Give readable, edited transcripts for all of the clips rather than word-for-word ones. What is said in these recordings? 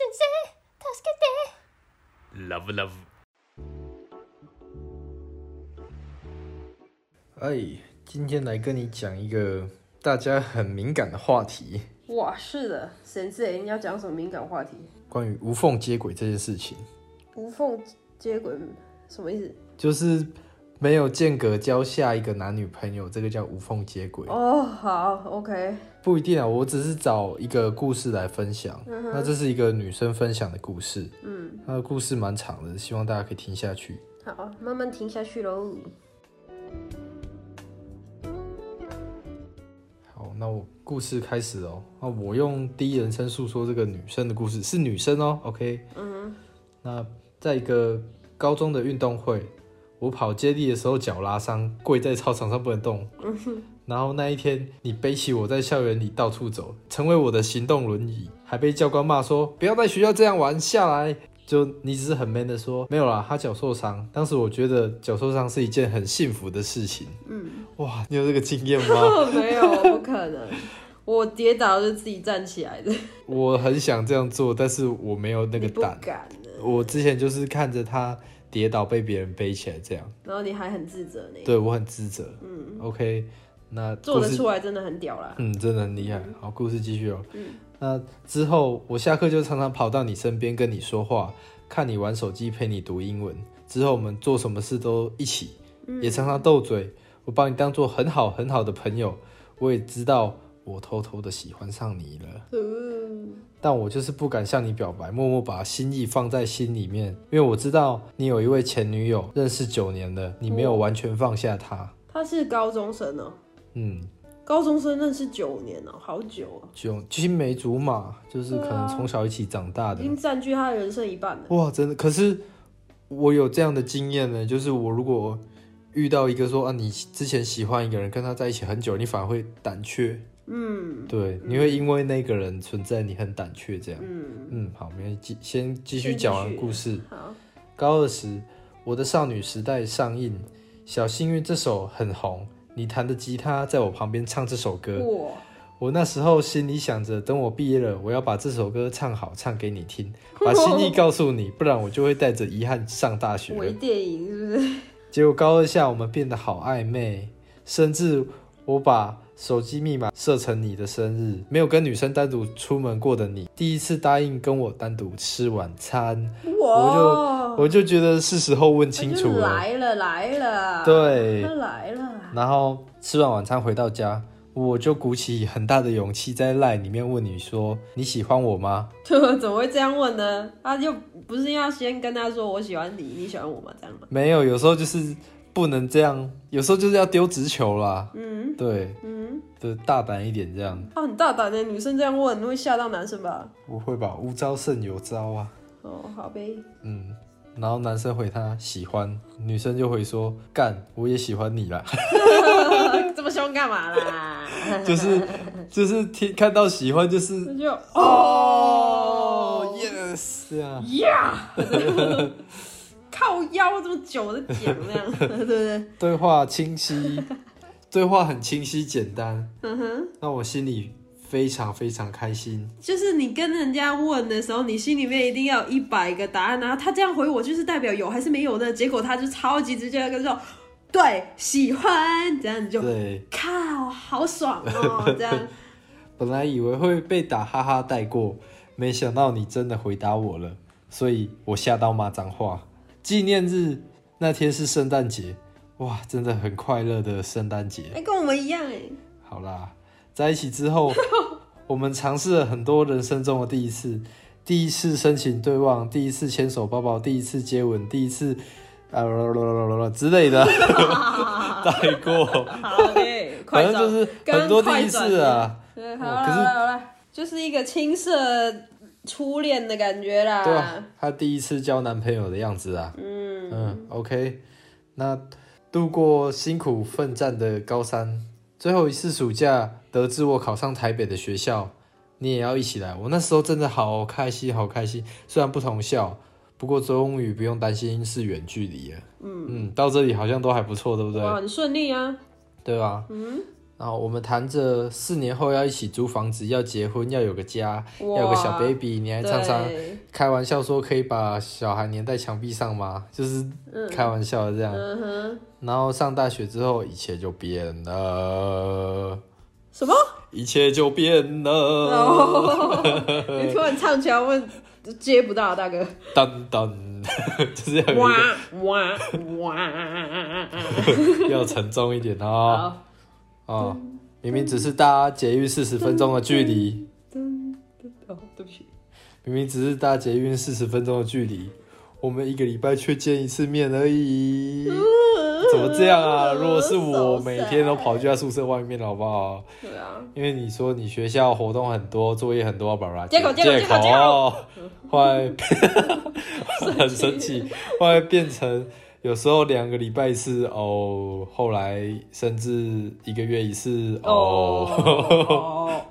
先生助けて Love love。今天来跟你讲一个大家很敏感的话题。 哇，是的，先生，你要讲什么敏感话题？ 关于无缝接轨这件事情。 无缝接轨什么意思？ 就是没有间隔交下一个男女朋友，这个叫无缝接轨。 哦，好 ，OK。 不一定啊，我只是找一个故事来分享。那这是一个女生分享的故事。她的故事蛮长的，希望大家可以听下去。 好，慢慢听下去喽。 好，那我故事开始哦。那我用第一人称诉说这个女生的故事，是女生哦 ，OK。那在一个高中的运动会，我跑接力的时候脚拉伤，跪在操场上不能动。然后那一天，你背起我在校园里到处走，成为我的行动轮椅，还被教官骂说不要在学校这样玩，下来。就你只是很 man 的说没有啦，他脚受伤。当时我觉得脚受伤是一件很幸福的事情。哇，你有这个经验吗？ 没有，不可能。我跌倒就自己站起来的。 我很想这样做，但是我没有那个胆。 不敢的。 我之前就是看着他跌倒被别人背起来这样， 然后你还很自责呢。 对，我很自责。OK， 那做得出来真的很屌啦。 真的很厉害。好，故事继续哦。那之后我下课就常常跑到你身边跟你说话，看你玩手机，陪你读英文。之后我们做什么事都一起，也常常斗嘴。我把你当作很好很好的朋友，我也知道我偷偷的喜欢上你了。但我就是不敢向你表白，默默把心意放在心里面，因为我知道你有一位前女友，认识9年了，你没有完全放下她。 他是高中生哦。高中生认识9年哦，好久哦。 青梅竹马，就是可能从小一起长大的， 已经占据他的人生一半了。 哇，真的。可是我有这样的经验呢，就是我如果遇到一个说你之前喜欢一个人，跟他在一起很久，你反而会胆怯。对，你会因为那个人存在，你很胆怯这样。好，我们先继续讲完故事。 好， 高2时，我的少女时代上映，小幸运这首很红，你弹的吉他在我旁边唱这首歌。我那时候心里想着，等我毕业了，我要把这首歌唱好，唱给你听，把心意告诉你，不然我就会带着遗憾上大学了。 微电影是不是？ 结果高2下，我们变得好暧昧，甚至我把手机密码设成你的生日，没有跟女生单独出门过的你，第一次答应跟我单独吃晚餐。我就觉得是时候问清楚了。 来了， 对， 他来了。 然后吃完晚餐回到家，我就鼓起很大的勇气在 LINE 里面问你说，你喜欢我吗？ 怎么会这样问呢？他就不是要先跟他说我喜欢你，你喜欢我吗？这样吗？ 没有，有时候就是不能这样，有时候就是要丢直球啦。对，对，大胆一点这样。 他很大胆的，女生这样问会吓到男生吧？ 不会吧，无招胜有招啊。 好呗。 然后男生回他喜欢，女生就回说干，我也喜欢你啦。 这么凶干嘛啦？ 就是看到喜欢就是yes 这样。 靠腰这么久的讲那样，对不对？ 对话清晰，对话很清晰简单。让我心里非常非常开心。 就是你跟人家问的时候，你心里面一定要有100个答案，然后他这样回我，就是代表有还是没有呢？结果他就超级直接的跟说，对，喜欢，这样你就对， 靠，好爽哦，这样。 本来以为会被打哈哈带过，没想到你真的回答我了，所以我吓到骂脏话。纪念日那天是圣诞节，哇，真的很快乐的圣诞节。 跟我们一样哎。 好啦，在一起之后，我们尝试了很多人生中的第一次，第一次深情对望，第一次牵手抱抱，第一次接吻，第一次之类的，带过。 好，OK， 反正就是很多第一次啊。 好了，就是一个青涩初恋的感觉啦。 对啊，她第一次交男朋友的样子啊。OK， 那度过辛苦奋战的高3，最后一次暑假，得知我考上台北的学校，你也要一起来。我那时候真的好开心，好开心。虽然不同校，不过终于不用担心是远距离了。到这里好像都还不错，对不对？ 哇，很顺利啊。 对吧？ 然后我们谈着4年后要一起租房子，要结婚，要有个家，要有个小 baby。你还常常开玩笑说可以把小孩粘在墙壁上吗？就是开玩笑的这样。然后上大学之后，一切就变了。 什么？ 一切就变了。 你突然唱起来，我接不到，大哥。 噔噔，就是要有一个哇， 要沉重一点哦。哦，明明只是搭捷运40分钟的距离， 哦，对不起， 明明只是搭捷运40分钟的距离，我们1个礼拜却见1次面而已，怎么这样啊？如果是我，每天都跑去他宿舍外面，好不好？ 对啊， 因为你说你学校活动很多，作业很多，爸爸借口， 后来很生气，后来变成。有时候2个礼拜1次哦，后来甚至1个月1次哦，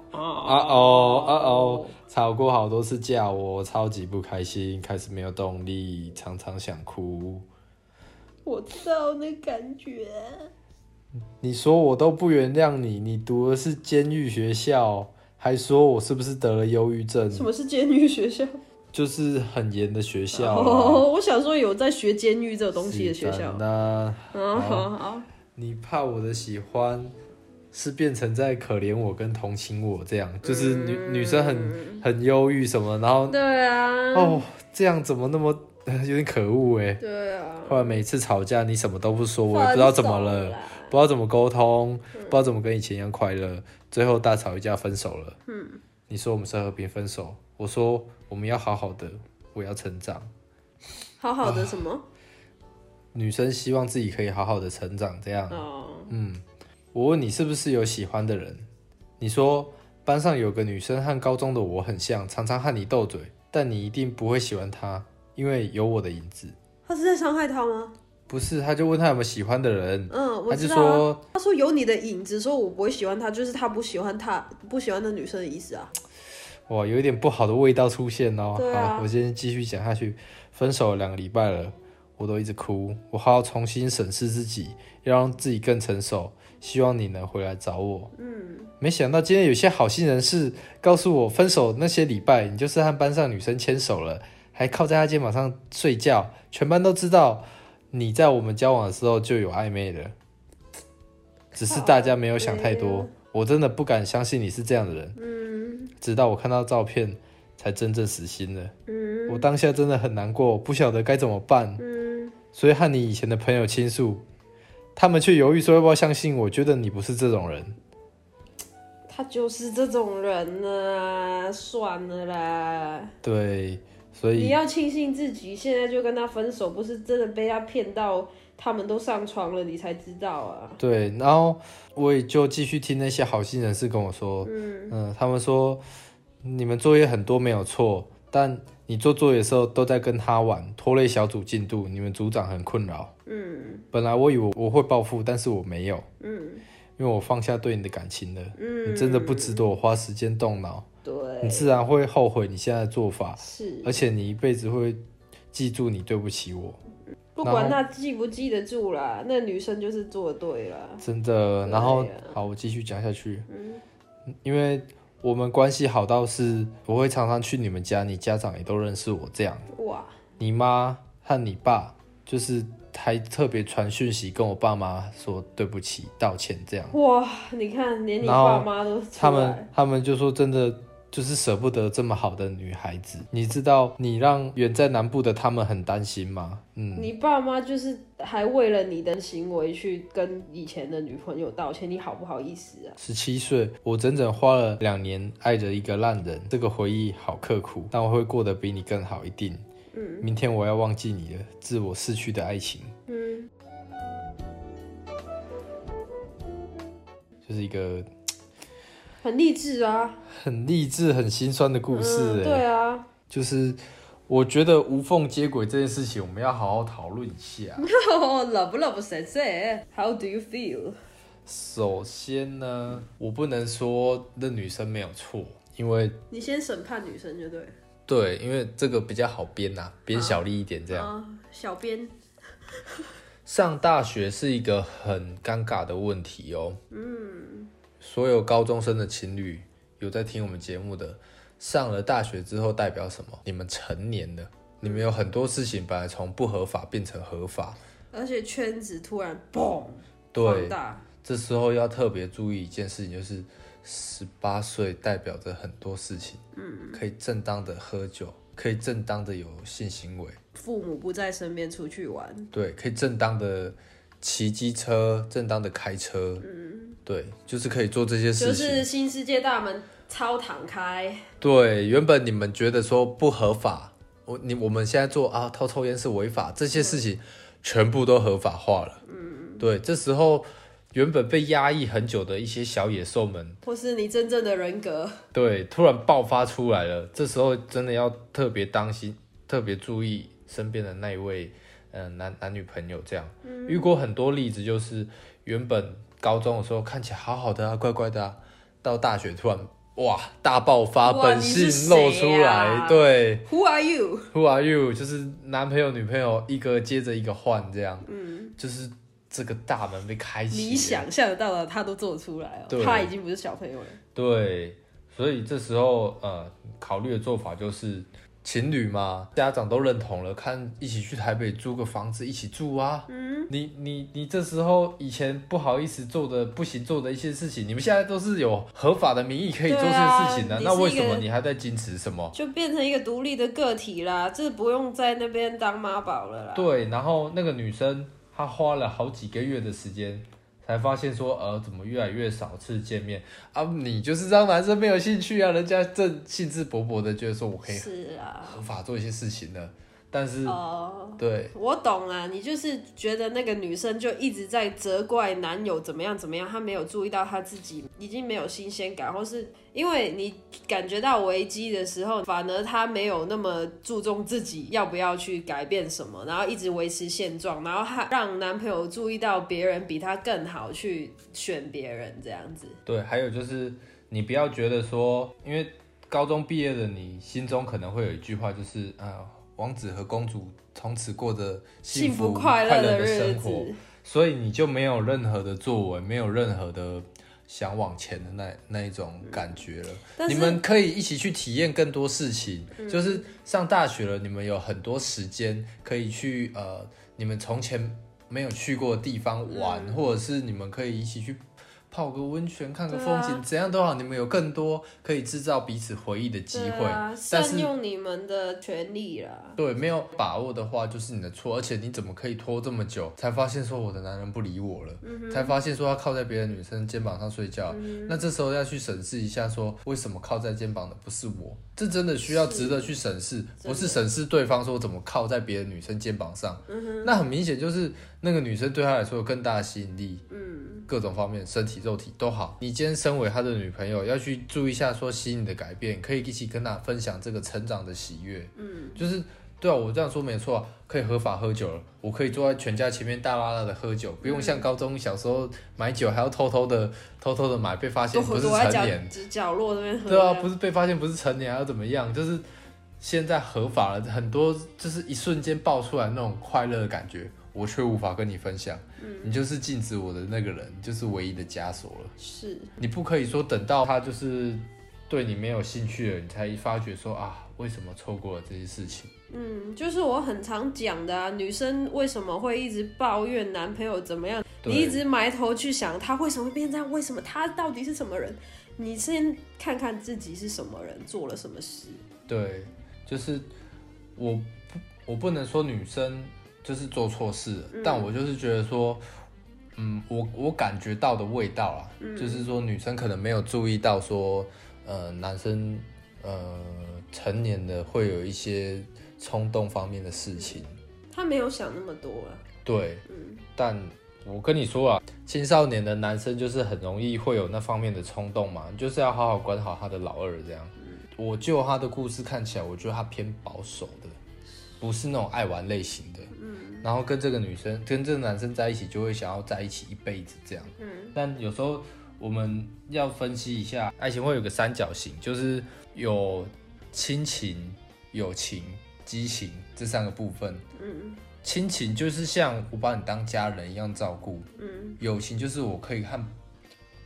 吵过好多次架，我超级不开心，开始没有动力，常常想哭。 我知道那感觉。 你说我都不原谅你，你读的是监狱学校，还说我是不是得了忧郁症？ 什么是监狱学校？ 就是很严的学校我想说有在学监狱这个东西的学校。 好，你怕我的喜欢是变成在可怜我跟同情我这样，就是女生很忧郁什么，然后对啊， 这样怎么那么有点可恶哎。 对啊， 后来每次吵架你什么都不说，我也不知道怎么了，不知道怎么沟通，不知道怎么跟以前一样快乐，最后大吵一架分手了。你说我们是和平分手，我说我们要好好的，我要成长。 好好的什么？ 女生希望自己可以好好的成长，这样。我问你是不是有喜欢的人？你说班上有个女生和高中的我很像，常常和你斗嘴，但你一定不会喜欢她，因为有我的影子。 他是在伤害她吗？ 不是，他就问他有没有喜欢的人。 我知道啊。他说有你的影子，说我不会喜欢他，就是他不喜欢那女生的意思啊。 哇，有一点不好的味道出现哦。 啊、 好，我今天继续讲下去。分手了2个礼拜了，我都一直哭。我还要重新审视自己，要让自己更成熟。希望你能回来找我。没想到今天有些好心人士告诉我，分手那些礼拜，你就是和班上女生牵手了，还靠在她肩膀上睡觉，全班都知道。你在我们交往的时候就有暧昧了，只是大家没有想太多。我真的不敢相信你是这样的人。直到我看到照片，才真正死心了。我当下真的很难过，不晓得该怎么办。所以和你以前的朋友倾诉，他们却犹豫说要不要相信我，觉得你不是这种人。 他就是这种人啊，算了啦。 对。所以你要庆幸自己现在就跟他分手，不是真的被他骗到他们都上床了，你才知道啊。 对，然后我也就继续听那些好心人士跟我说，他们说你们作业很多没有错，但你做作业的时候都在跟他玩，拖累小组进度，你们组长很困扰。本来我以为我会报复，但是我没有。因为我放下对你的感情了。你真的不值得我花时间动脑。 对， 你自然会后悔你现在的做法， 是， 而且你一辈子会记住你对不起我。 不管他记不记得住啦，那女生就是做对了， 真的。然后好，我继续讲下去。因为我们关系好到是，我会常常去你们家，你家长也都认识我这样。哇，你妈和你爸就是还特别传讯息跟我爸妈说对不起、道歉这样。 哇，你看连你爸妈都出来， 他们就说真的。就是舍不得这么好的女孩子，你知道你让远在南部的他们很担心吗？ 你爸妈就是还为了你的行为去跟以前的女朋友道歉，你好不好意思啊 ？17岁，我整整花了2年爱着一个烂人，这个回忆好刻苦，但我会过得比你更好，一定。明天我要忘记你了，致我逝去的爱情。就是一个。 很励志啊， 很励志、很心酸的故事。 对啊， 就是我觉得无缝接轨这件事情，我们要好好讨论一下。 Love sensei, how do you feel？ 首先呢，我不能说那女生没有错，因为你先审判女生就对。 对，因为这个比较好编呐，编小力一点这样。 小编。 上大学是一个很尴尬的问题哦。 所有高中生的情侣有在听我们节目的，上了大学之后代表什么？你们成年了，你们有很多事情本来从不合法变成合法， 而且圈子突然嘣对， 放大。 这时候要特别注意一件事情，就是18岁代表着很多事情，可以正当的喝酒，可以正当的有性行为， 父母不在身边出去玩， 对，可以正当的骑机车，正当的开车，对，就是可以做这些事情， 就是新世界大门超敞开。 对，原本你们觉得说不合法，我们现在做啊偷抽烟是违法，这些事情全部都合法化了，对，这时候原本被压抑很久的一些小野兽们， 或是你真正的人格， 对，突然爆发出来了。这时候真的要特别当心，特别注意身边的那一位男女朋友这样。遇过很多例子，就是原本高中的时候看起来好好的啊，乖乖的啊，到大学突然哇大爆发， 哇本性露出来， 啊、 对。 Who are you？ Who are you？ 就是男朋友女朋友一个接着一个换这样，就是这个大门被开启了， 你想象得到的他都做出来哦，他已经不是小朋友了。 对，所以这时候考虑的做法就是情侣嘛，家长都认同了，看一起去台北租个房子一起住啊。你这时候以前不好意思做的不行做的一些事情，你们现在都是有合法的名义可以做这些事情的，那为什么你还在矜持什么？ 就变成一个独立的个体啦，这不用在那边当妈宝了啦。 对，然后那个女生她花了好几个月的时间，才发现说，怎么越来越少次见面啊？你就是让男生没有兴趣啊，人家正兴致勃勃的觉得说我可以合法做一些事情了，但是对， 我懂啦，你就是觉得那个女生就一直在责怪男友怎么样怎么样，她没有注意到她自己已经没有新鲜感，或是因为你感觉到危机的时候，反而她没有那么注重自己要不要去改变什么，然后一直维持现状，然后她让男朋友注意到别人比她更好，去选别人这样子。 对，还有就是你不要觉得说，因为高中毕业的你心中可能会有一句话，就是王子和公主从此过着幸福快乐的生活，所以你就没有任何的作为，没有任何的想往前的那一种感觉了。你们可以一起去体验更多事情，就是上大学了，你们有很多时间可以去你们从前没有去过的地方玩，或者是你们可以一起去泡个温泉，看个风景，怎样都好，你们有更多可以制造彼此回忆的机会。 善用你们的权利啦。 对，没有把握的话就是你的错，而且你怎么可以拖这么久，才发现说我的男人不理我了，才发现说他靠在别的女生肩膀上睡觉，那这时候要去审视一下说为什么靠在肩膀的不是我，这真的需要值得去审视，不是审视对方说怎么靠在别的女生肩膀上，那很明显就是那个女生对他来说有更大的吸引力，各种方面身体肉体都好，你今天身为他的女朋友要去注意一下说吸引的改变，可以一起跟他分享这个成长的喜悦，就是对啊，我这样说没错啊，可以合法喝酒了，我可以坐在全家前面大拉拉的喝酒，不用像高中小时候买酒还要偷偷的买，被发现不是成年， 角落那边喝， 对啊，不是被发现不是成年还要怎么样，就是现在合法了，很多就是一瞬间爆出来那种快乐的感觉，我却无法跟你分享，你就是禁止我的那个人，就是唯一的枷锁了。 是， 你不可以说等到他就是对你没有兴趣了，你才发觉说为什么错过了这些事情。 就是我很常讲的啊，女生为什么会一直抱怨男朋友怎么样？你一直埋头去想他为什么会变这样，为什么他到底是什么人？你先看看自己是什么人，做了什么事。对， 就是我不能说女生就是做错事了，但我就是觉得说，我感觉到的味道啦，就是说女生可能没有注意到说，男生成年的会有一些冲动方面的事情， 他没有想那么多啊。 对，但我跟你说啊，青少年的男生就是很容易会有那方面的冲动嘛，就是要好好管好他的老二这样。我就他的故事看起来，我觉得他偏保守的，不是那种爱玩类型的。然后跟这个女生、跟这个男生在一起，就会想要在一起一辈子这样。但有时候我们要分析一下，爱情会有个三角形，就是有亲情、友情、激情这三个部分。亲情就是像我把你当家人一样照顾，友情就是我可以和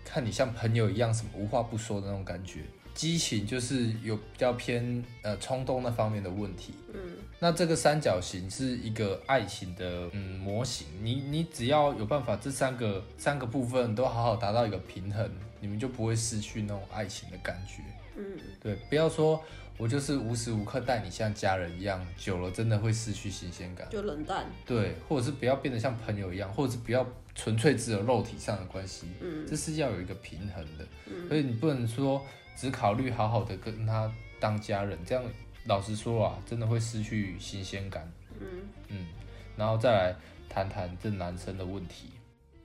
看你像朋友一样，什么无话不说的那种感觉。激情就是有比较偏冲动那方面的问题。那这个三角形是一个爱情的模型，你只要有办法这三个部分都好好达到一个平衡，你们就不会失去那种爱情的感觉。对，不要说我就是无时无刻待你像家人一样，久了真的会失去新鲜感， 就冷淡。 对，或者是不要变得像朋友一样，或者是不要纯粹只有肉体上的关系，这是要有一个平衡的。所以你不能说只考虑好好的跟他当家人，这样老实说啊，真的会失去新鲜感。然后再来谈谈这男生的问题。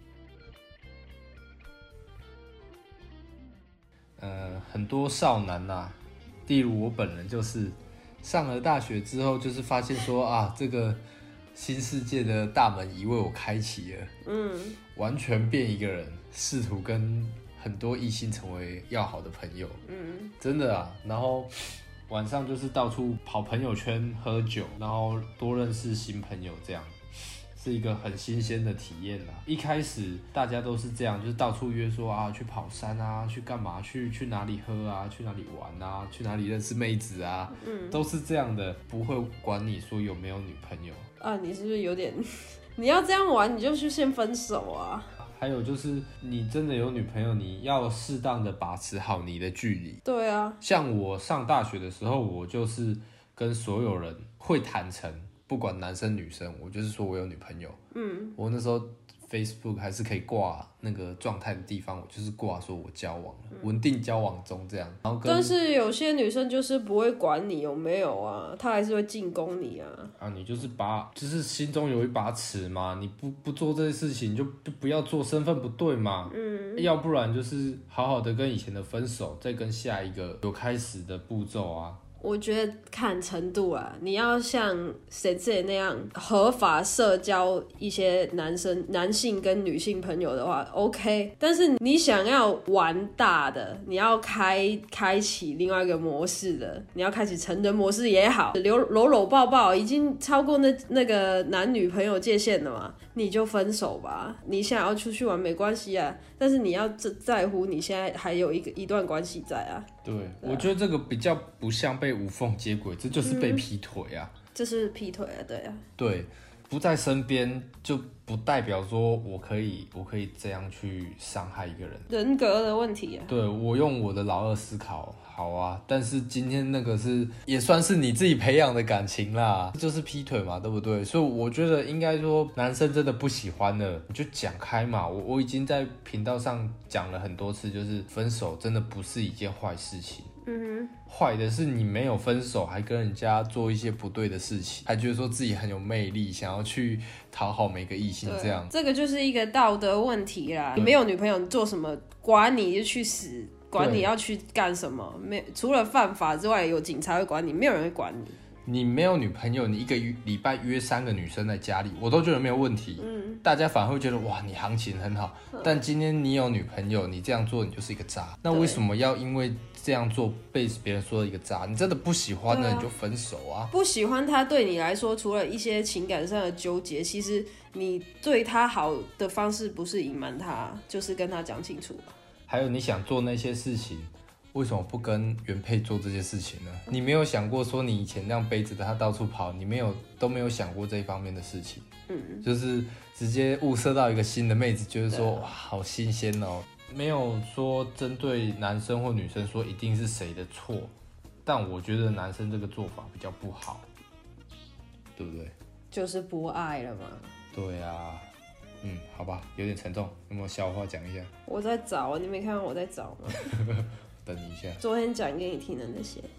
很多少男啊，例如我本人就是上了大学之后，就是发现说啊，这个新世界的大门已为我开启了，完全变一个人，试图跟很多异性成为要好的朋友，真的啊。然后晚上就是到处跑朋友圈喝酒，然后多认识新朋友，这样是一个很新鲜的体验啦。一开始大家都是这样，就是到处约说啊，去跑山啊，去干嘛，去哪里喝啊，去哪里玩啊，去哪里认识妹子啊，都是这样的，不会管你说有没有女朋友啊。你是不是有点你要这样玩，你就去先分手啊。 还有就是，你真的有女朋友，你要适当的把持好你的距离。 对啊， 像我上大学的时候，我就是跟所有人会坦诚，不管男生女生，我就是说我有女朋友。我那时候 Facebook 还是可以挂那个状态的地方，我就是挂说我交往了，稳定交往中这样。然后但是有些女生就是不会管你有没有啊，她还是会进攻你啊。 你就是心中有一把尺嘛，你不做这些事情就不要做，身份不对嘛。要不然就是好好的跟以前的分手，再跟下一个有开始的步骤啊。 我觉得看程度啊，你要像谁那样合法社交一些男性跟女性朋友的话 ，OK。但是你想要玩大的，你要开启另外一个模式的，你要开启成人模式也好，搂抱抱已经超过那个男女朋友界限了嘛，你就分手吧。你想要出去玩没关系啊，但是你要在乎你现在还有一段关系在啊。 对，我觉得这个比较不像被无缝接轨，这就是被劈腿啊。 这是劈腿啊，对啊。对， 不在身边就不代表说我可以这样去伤害一个人， 人格的问题啊。 对，我用我的老二思考，好啊，但是今天那个也算是你自己培养的感情啦，就是劈腿嘛，对不对？所以我觉得应该说，男生真的不喜欢了，你就讲开嘛。我已经在频道上讲了很多次，就是分手真的不是一件坏事情。坏的是你没有分手，还跟人家做一些不对的事情，还觉得说自己很有魅力，想要去讨好每个异性，这样这个就是一个道德问题啦。你没有女朋友，你做什么管你就去死，管你要去干什么，除了犯法之外，有警察会管你，没有人会管你。 你没有女朋友，你一个礼拜约3个女生在家里，我都觉得没有问题。大家反而会觉得哇，你行情很好。但今天你有女朋友，你这样做，你就是一个渣。那为什么要因为这样做被别人说一个渣？你真的不喜欢呢，你就分手啊。 不喜欢他对你来说，除了一些情感上的纠结，其实你对他好的方式不是隐瞒他，就是跟他讲清楚。 还有你想做那些事情，为什么不跟原配做这些事情呢？你没有想过说你以前那样背着他到处跑，你都没有想过这一方面的事情。就是直接物色到一个新的妹子，就是说哇，好新鲜哦。没有说针对男生或女生说一定是谁的错，但我觉得男生这个做法比较不好，对不对？就是不爱了嘛。 对啊。好吧，有点沉重，有没有笑话讲一下？ 我在找，你没看到我在找吗？ 等你一下。 昨天讲给你听的那些。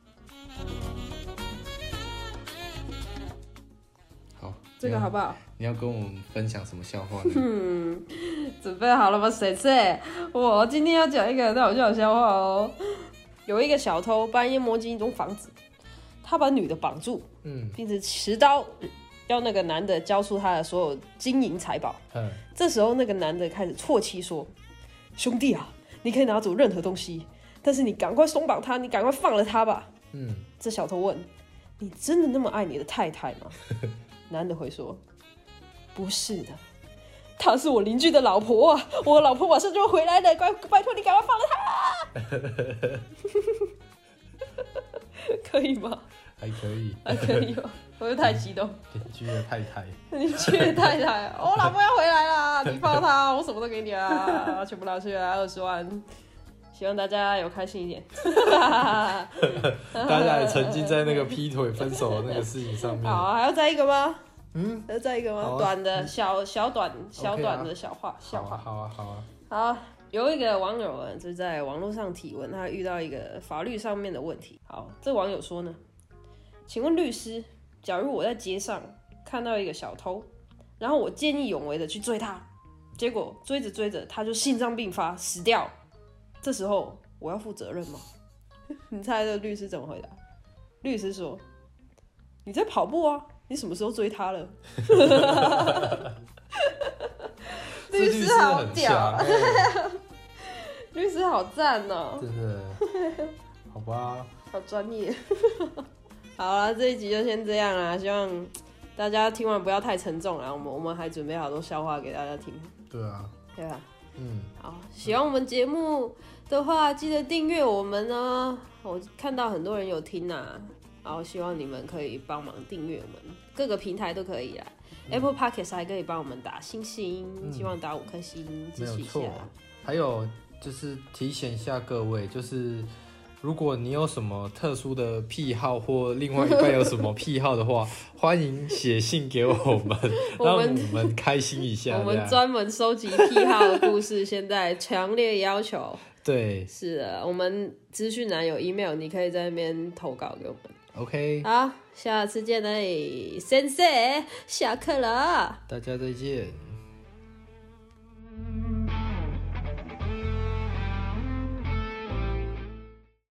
好， 这个好不好？ 你要跟我们分享什么笑话呢？ 准备好了吗，谁？我今天要讲一个很好笑的笑话哦。有一个小偷半夜摸进一栋房子，他把女的绑住，并且持刀要那个男的交出他的所有金银财宝。这时候那个男的开始啜泣说：“兄弟啊，你可以拿走任何东西，但是你赶快松绑他，你赶快放了他吧。”这小偷问：“你真的那么爱你的太太吗？”男的回说：“不是的， 她是我邻居的老婆啊，我老婆马上就会回来了，拜托你赶快放了她。可以吗？ 还可以， 还可以吗？我又太激动。 邻居的太太， 邻居的太太，我老婆要回来啦！你放她，我什么都给你啊，全部拿去啊，20万。希望大家有开心一点。 大家也沉浸在那个劈腿分手的那个事情上面。 好啊，还要再一个吗？ 还要再一个吗？短的小短的笑话。 好啊。 好，有一个网友就在网络上提问，他遇到一个法律上面的问题。好，这网友说呢，请问律师，假如我在街上看到一个小偷，然后我见义勇为的去追他，结果追着追着他就心脏病发死掉，这时候我要负责任吗？你猜这律师怎么回答？律师说：“你在跑步啊，你什么时候追他了？”律师好屌，律师好赞哦， 真的，好吧， 好专业。好啦，这一集就先这样啦，希望大家听完不要太沉重啦，我们还准备好多笑话给大家听。 对啊， 好，喜欢我们节目的话，记得订阅我们哦。我看到很多人有听啊，然后希望你们可以帮忙订阅我们，各个平台都可以啦。Apple Podcast 还可以帮我们打星星，希望打5颗星支持一下。 还有就是提醒一下各位，就是如果你有什么特殊的癖好，或另外一半有什么癖好的话，欢迎写信给我们，让我们开心一下。 我们专门收集癖好的故事，现在强烈要求。 对， 是的，我们资讯栏有 email， 你可以在那边投稿给我们。 OK， 好，下次见嘞，先生，下课了， 大家再见。